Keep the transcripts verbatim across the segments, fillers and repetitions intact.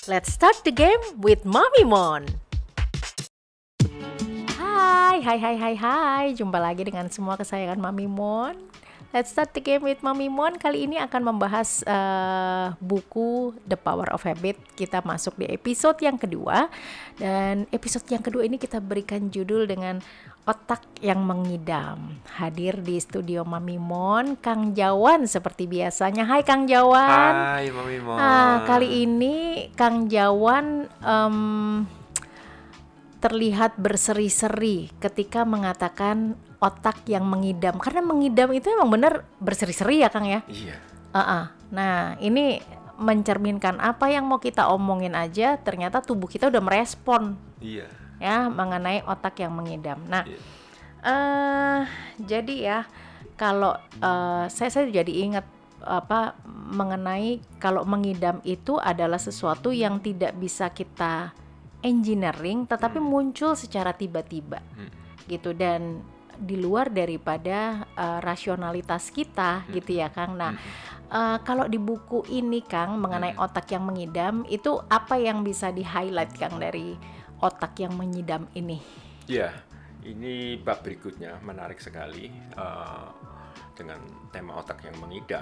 Let's start the game with Mommy Mon. Hai, hai, hai, hai, hai. Jumpa lagi dengan semua kesayangan Mommy Mon. Let's start the game with Mommy Mon. Kali ini akan membahas uh, buku The Power of Habit. Kita masuk di episode yang kedua. Dan episode yang kedua ini kita berikan judul dengan Otak yang Mengidam. Hadir di studio Mommy Mon, Kang Jawan seperti biasanya. Hai Kang Jawan. Hai Mommy Mon. Ah, kali ini Kang Jawan um, terlihat berseri-seri ketika mengatakan otak yang mengidam. Karena mengidam itu emang benar berseri-seri ya Kang ya? Iya. Uh-uh. Nah ini mencerminkan apa yang mau kita omongin aja, ternyata tubuh kita udah merespon. Iya. Ya mengenai otak yang mengidam. Nah, Iya. uh, jadi ya kalau uh, saya saya jadi ingat apa mengenai kalau mengidam itu adalah sesuatu yang tidak bisa kita engineering, tetapi Hmm. muncul secara tiba-tiba, Hmm. gitu, dan di luar daripada uh, rasionalitas kita, Hmm. gitu ya Kang. Nah, Hmm. uh, kalau di buku ini Kang mengenai Hmm. otak yang mengidam itu apa yang bisa di-highlight Kang dari otak yang mengidam ini? Iya. Ini bab berikutnya menarik sekali uh, dengan tema otak yang mengidam.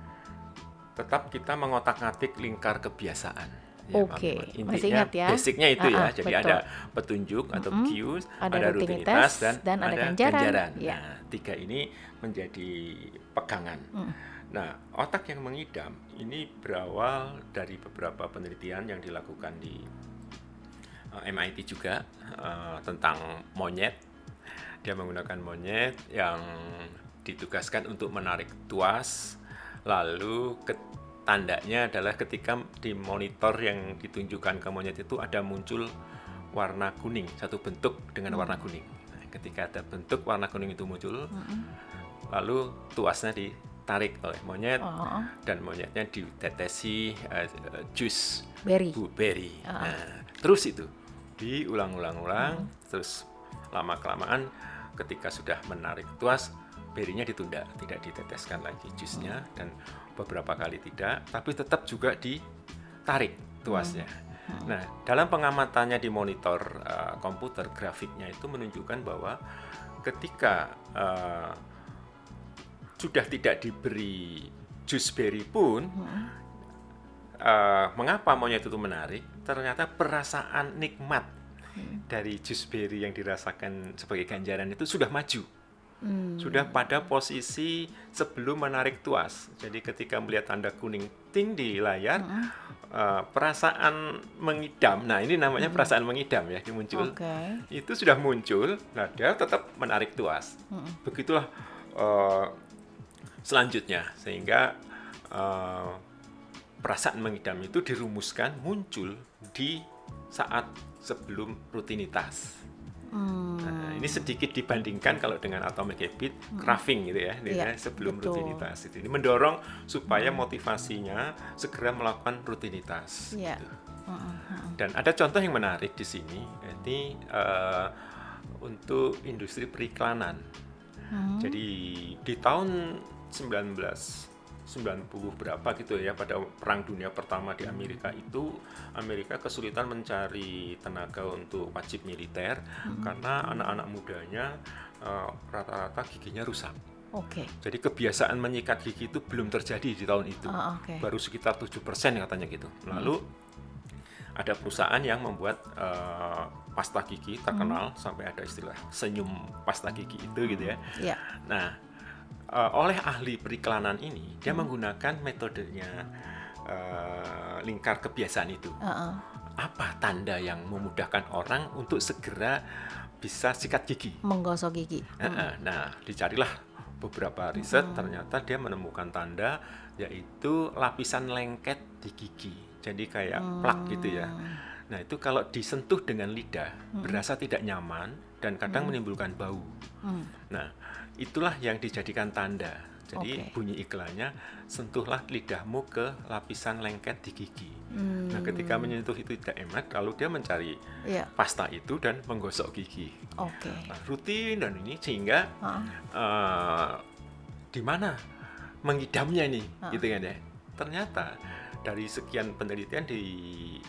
Tetap kita mengotak-atik lingkar kebiasaan. Ya, Oke, Mami Mon. masih Intinya, ingat ya? basicnya itu Ah, ya. ah, Jadi betul. ada petunjuk atau Mm-mm. cues, Ada ada, rutinitas, rutinitas dan, dan ada ada ganjaran. ganjaran. Ya. Nah, tiga ini menjadi pegangan. Mm. Nah, otak yang mengidam ini berawal dari beberapa penelitian yang dilakukan di uh, M I T juga uh, tentang monyet. Dia menggunakan monyet yang ditugaskan untuk menarik tuas, lalu ke, tandanya adalah ketika di monitor yang ditunjukkan ke monyet itu ada muncul warna kuning, satu bentuk dengan warna kuning. Nah, ketika ada bentuk warna kuning itu muncul, Mm-mm. lalu tuasnya ditarik oleh monyet Oh, dan monyetnya ditetesi uh, uh, jus berry. blueberry. Ah. Nah, terus itu diulang-ulang-ulang, terus lama-kelamaan ketika sudah menarik tuas, berinya ditunda, tidak diteteskan lagi jusnya, dan beberapa kali tidak, tapi tetap juga ditarik tuasnya. Nah, dalam pengamatannya di monitor uh, komputer, grafiknya itu menunjukkan bahwa ketika uh, sudah tidak diberi jus beri pun, uh, mengapa monyet itu menarik? Ternyata perasaan nikmat dari jus beri yang dirasakan sebagai ganjaran itu sudah maju. Hmm. Sudah pada posisi sebelum menarik tuas. Jadi ketika melihat tanda kuning ting di layar, uh, perasaan mengidam. Nah, ini namanya perasaan mengidam ya, yang muncul. Oke. Itu sudah muncul, nah dia tetap menarik tuas. Begitulah uh, selanjutnya, sehingga uh, perasaan mengidam itu dirumuskan muncul di saat sebelum rutinitas. Hmm. Nah, ini sedikit dibandingkan kalau dengan atomic habit, craving gitu ya, Iya, dia sebelum betul. rutinitas itu. Ini mendorong supaya motivasinya segera melakukan rutinitas. Iya. Gitu. Mm-mm. Dan ada contoh yang menarik di sini, ini uh, untuk industri periklanan. Hmm. Jadi di tahun sembilan belas sembilan puluh berapa gitu ya, pada Perang Dunia Pertama di Amerika itu, Amerika kesulitan mencari tenaga untuk wajib militer karena anak-anak mudanya uh, rata-rata giginya rusak. Oke. Jadi kebiasaan menyikat gigi itu belum terjadi di tahun itu. Ah, oke. Baru sekitar tujuh persen katanya gitu. Lalu ada perusahaan yang membuat uh, pasta gigi terkenal, sampai ada istilah senyum pasta gigi itu gitu ya. Iya. Nah, uh, oleh ahli periklanan ini, dia menggunakan metodenya uh, lingkar kebiasaan itu. Uh-uh. Apa tanda yang memudahkan orang untuk segera bisa sikat gigi? Menggosok gigi. Uh-uh. Nah, dicarilah beberapa riset, ternyata dia menemukan tanda, yaitu lapisan lengket di gigi. Jadi kayak plak gitu ya. Nah, itu kalau disentuh dengan lidah, berasa tidak nyaman dan kadang menimbulkan bau. Hmm. Nah, itulah yang dijadikan tanda. Jadi Oke. bunyi iklannya, sentuhlah lidahmu ke lapisan lengket di gigi. Hmm. Nah, ketika menyentuh itu tidak enak, lalu dia mencari Iya. pasta itu dan menggosok gigi. Oke. Nah, rutin dan ini sehingga Ah. eh, di mana mengidamnya nih, Ah. gitu kan ya. Ternyata dari sekian penelitian di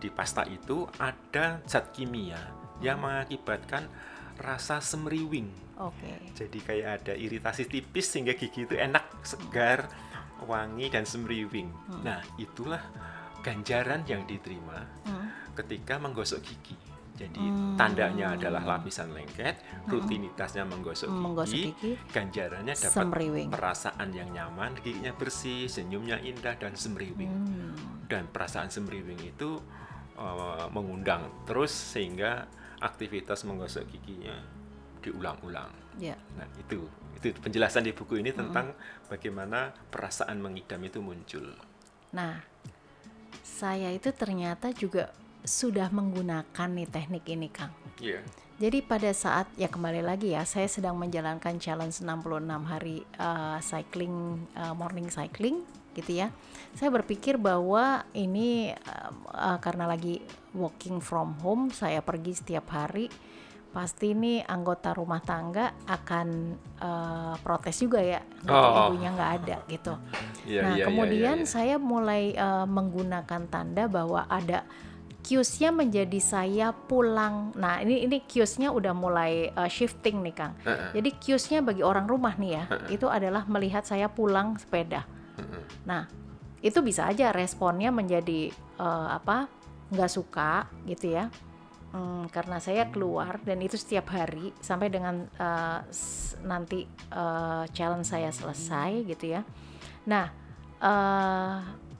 di pasta itu ada zat kimia yang mengakibatkan rasa semriwing. Oke. Jadi kayak ada iritasi tipis sehingga gigi itu enak, segar, wangi dan semriwing. Hmm. Nah, itulah ganjaran yang diterima hmm. ketika menggosok gigi. Jadi hmm. tandanya adalah lapisan lengket, rutinitasnya menggosok gigi, menggosok gigi, ganjarannya dapat semriwing. Perasaan yang nyaman, giginya bersih, senyumnya indah dan semriwing. Hmm. Dan perasaan semriwing itu uh, mengundang terus sehingga aktivitas menggosok giginya diulang-ulang. Yeah. Nah, itu itu penjelasan di buku ini tentang mm-hmm. bagaimana perasaan mengidam itu muncul. Nah, saya itu ternyata juga sudah menggunakan nih teknik ini, Kang. Iya. Yeah. Jadi pada saat ya kembali lagi ya, saya sedang menjalankan challenge enam puluh enam hari uh, cycling, uh, morning cycling gitu ya. Saya berpikir bahwa ini uh, uh, karena lagi working from home, saya pergi setiap hari, pasti ini anggota rumah tangga akan uh, protes juga ya, oh. ibunya nggak ada gitu. Yeah, nah yeah, kemudian yeah, yeah, yeah. saya mulai uh, menggunakan tanda bahwa ada cues-nya menjadi saya pulang. Nah ini ini cues-nya udah mulai uh, shifting nih Kang. Uh-uh. Jadi cues-nya bagi orang rumah nih ya, uh-uh. itu adalah melihat saya pulang sepeda. Uh-uh. Nah itu bisa aja responnya menjadi uh, apa nggak suka gitu ya. Hmm, karena saya keluar dan itu setiap hari sampai dengan uh, s- nanti uh, challenge saya selesai gitu ya. Nah, uh,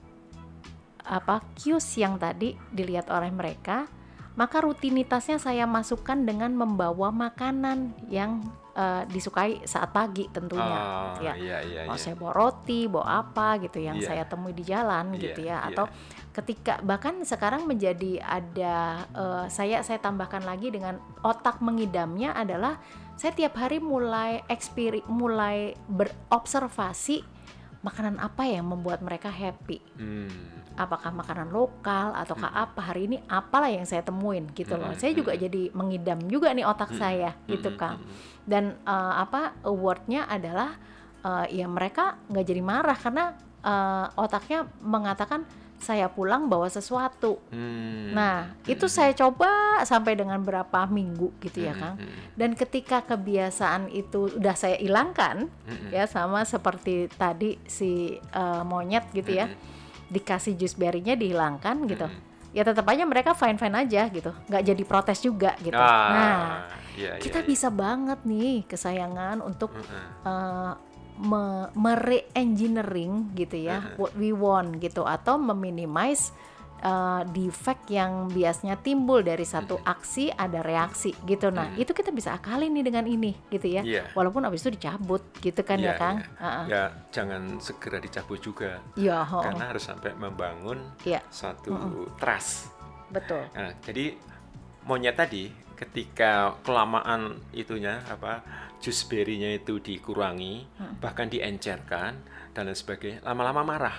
apa cues yang tadi dilihat oleh mereka, maka rutinitasnya saya masukkan dengan membawa makanan yang uh, disukai saat pagi tentunya. Oh, gitu ya. Iya, iya, Mau iya. saya bawa roti, bawa apa gitu yang Iya. saya temui di jalan Iya, gitu ya, iya. atau ketika bahkan sekarang menjadi ada uh, saya saya tambahkan lagi dengan otak mengidamnya adalah saya tiap hari mulai eksperi mulai berobservasi makanan apa yang membuat mereka happy. Hmm. Apakah makanan lokal ataukah hmm. apa hari ini apalah yang saya temuin gitu loh. Hmm. Saya juga jadi mengidam juga nih otak hmm. saya gitu Kang. Dan uh, apa awardnya adalah uh, ya mereka nggak jadi marah karena uh, otaknya mengatakan saya pulang bawa sesuatu. Hmm. Nah, itu saya coba sampai dengan berapa minggu gitu ya, Kang. Dan ketika kebiasaan itu udah saya hilangkan, ya sama seperti tadi si uh, monyet gitu ya, dikasih jus berry-nya dihilangkan gitu. Ya tetap aja mereka fine-fine aja gitu, nggak jadi protes juga gitu. Ah, nah, iya, kita iya, bisa banget nih kesayangan untuk uh, Me- mere-engineering gitu ya uh-huh. what we want gitu atau meminimize uh, defect yang biasanya timbul dari satu uh-huh. aksi ada reaksi gitu. Nah uh-huh. itu kita bisa akalin nih dengan ini gitu ya yeah. walaupun abis itu dicabut gitu kan yeah, ya Kang yeah. uh-uh. ya jangan segera dicabut juga ya, oh, karena harus sampai membangun yeah. satu uh-uh. trust. Betul. Nah, jadi monyet tadi ketika kelamaan itunya apa jus berry-nya itu dikurangi hmm. bahkan diencerkan dan lain sebagainya lama-lama marah.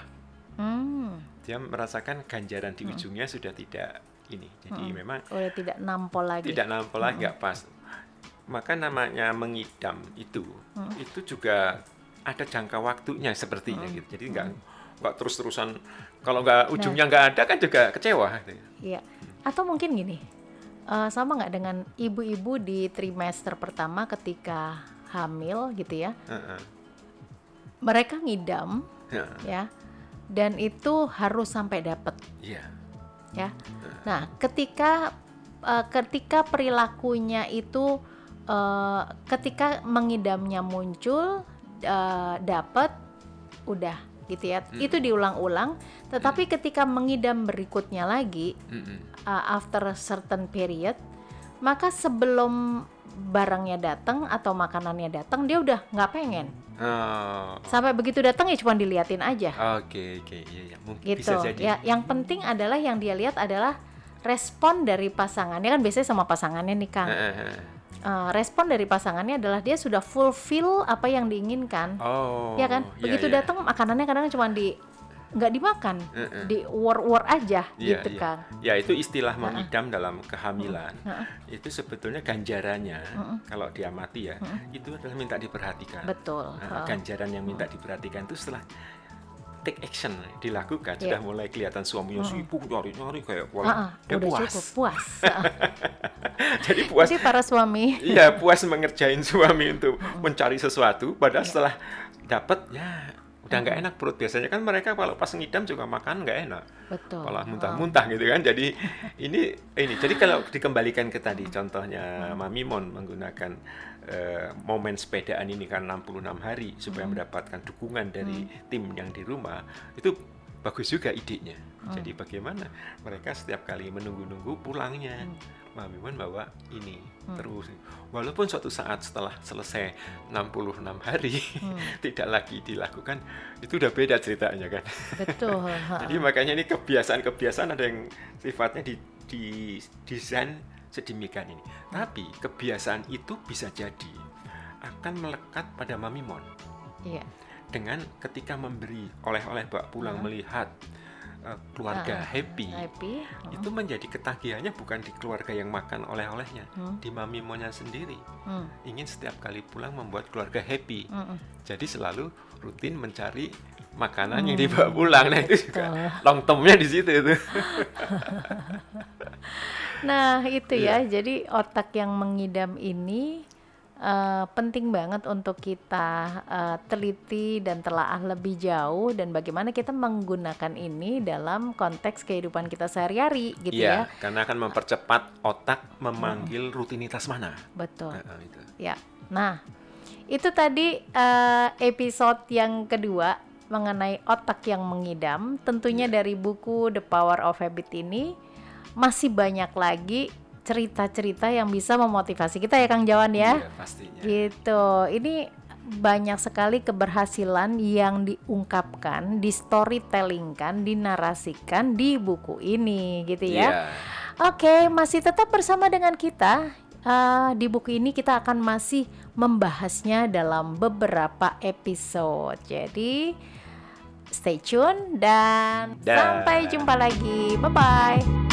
Hmm. Dia merasakan ganjaran di hmm. ujungnya sudah tidak ini. Jadi hmm. memang udah tidak nampol lagi. Tidak nampol lagi nggak hmm. pas. Maka namanya mengidam itu hmm. itu juga ada jangka waktunya sepertinya hmm. gitu. Jadi nggak hmm. nggak terus-terusan kalau nggak ujungnya nggak nah. ada kan juga kecewa. Iya. Atau mungkin gini. Uh, sama nggak dengan ibu-ibu di trimester pertama ketika hamil gitu ya, uh-uh. mereka ngidam uh-uh. ya, dan itu harus sampai dapat, yeah. ya. Uh. Nah, ketika uh, ketika perilakunya itu, uh, ketika mengidamnya muncul, uh, dapat, udah. Gitu ya, mm. itu diulang-ulang. Tetapi mm. ketika mengidam berikutnya lagi, uh, after a certain period, maka sebelum barangnya datang atau makanannya datang, dia udah nggak pengen. Oh. Sampai begitu datang ya cuma diliatin aja. Oke, okay, oke, okay. ya, ya. Mungkin gitu. Bisa jadi. Ya, yang penting adalah yang dia lihat adalah respon dari pasangannya, kan biasanya sama pasangannya nih Kang. Uh, respon dari pasangannya adalah dia sudah fulfill apa yang diinginkan, oh, ya kan? Begitu yeah, yeah. datang makanannya kadang cuma di nggak dimakan, uh-uh. di war-war aja, yeah, gitu yeah. kan? Ya itu istilah uh-uh. mengidam dalam kehamilan. Uh-uh. Itu sebetulnya ganjarannya uh-uh. kalau diamati ya, uh-uh. itu adalah minta diperhatikan. Betul. Nah, uh-uh. ganjaran yang minta diperhatikan itu setelah take action dilakukan, Yeah. sudah mulai kelihatan suaminya Mm-mm. sibuk nyari-nyari kayak pola, Ah, ah, dia udah puas. cukup puas. Jadi puas, Jadi para suami, iya puas mengerjain suami untuk mencari sesuatu, padahal Iya. setelah dapat ya udah nggak enak perut. Biasanya kan mereka kalau pas ngidam juga makan nggak enak, betul. malah muntah-muntah gitu kan. Jadi ini ini jadi kalau dikembalikan ke tadi contohnya Mami Mon menggunakan eh, momen sepedaan ini kan enam puluh enam hari supaya mendapatkan dukungan dari tim yang di rumah, itu bagus juga idenya. Jadi bagaimana mereka setiap kali menunggu-nunggu pulangnya Mami Mon bawa ini terus, walaupun suatu saat setelah selesai enam puluh enam hari tidak lagi dilakukan, itu udah beda ceritanya kan. Betul. Jadi makanya ini kebiasaan-kebiasaan ada yang sifatnya di, di desain sedemikian ini. Tapi kebiasaan itu bisa jadi akan melekat pada Mami Mon. Iya. Dengan ketika memberi oleh-oleh bawa pulang, melihat uh, keluarga Ah, happy, Happy. itu menjadi ketagihannya bukan di keluarga yang makan oleh-olehnya, Hmm. di Mami Monnya sendiri. Hmm. Ingin setiap kali pulang membuat keluarga happy. Mm-mm. Jadi selalu rutin mencari makanan yang dibawa pulang. Nah itu juga Betul. long term-nya di situ itu. Nah, itu ya. Iya. Jadi otak yang mengidam ini eh, penting banget untuk kita eh, teliti dan telaah lebih jauh, dan bagaimana kita menggunakan ini dalam konteks kehidupan kita sehari-hari gitu ya. Iya, karena akan mempercepat otak memanggil rutinitas mana. Betul. Nah, nah, itu. Ya. Nah, itu tadi eh, episode yang kedua mengenai otak yang mengidam. Tentunya Iya. dari buku The Power of Habit ini masih banyak lagi cerita-cerita yang bisa memotivasi kita ya Kang Jawan ya. Iya, pastinya. Gitu. Ini banyak sekali keberhasilan yang diungkapkan, di storytellingkan, dinarasikan di buku ini gitu ya. Iya. Oke, masih tetap bersama dengan kita. Uh, di buku ini kita akan masih membahasnya dalam beberapa episode. Jadi stay tune dan Dan- sampai jumpa lagi. Bye bye.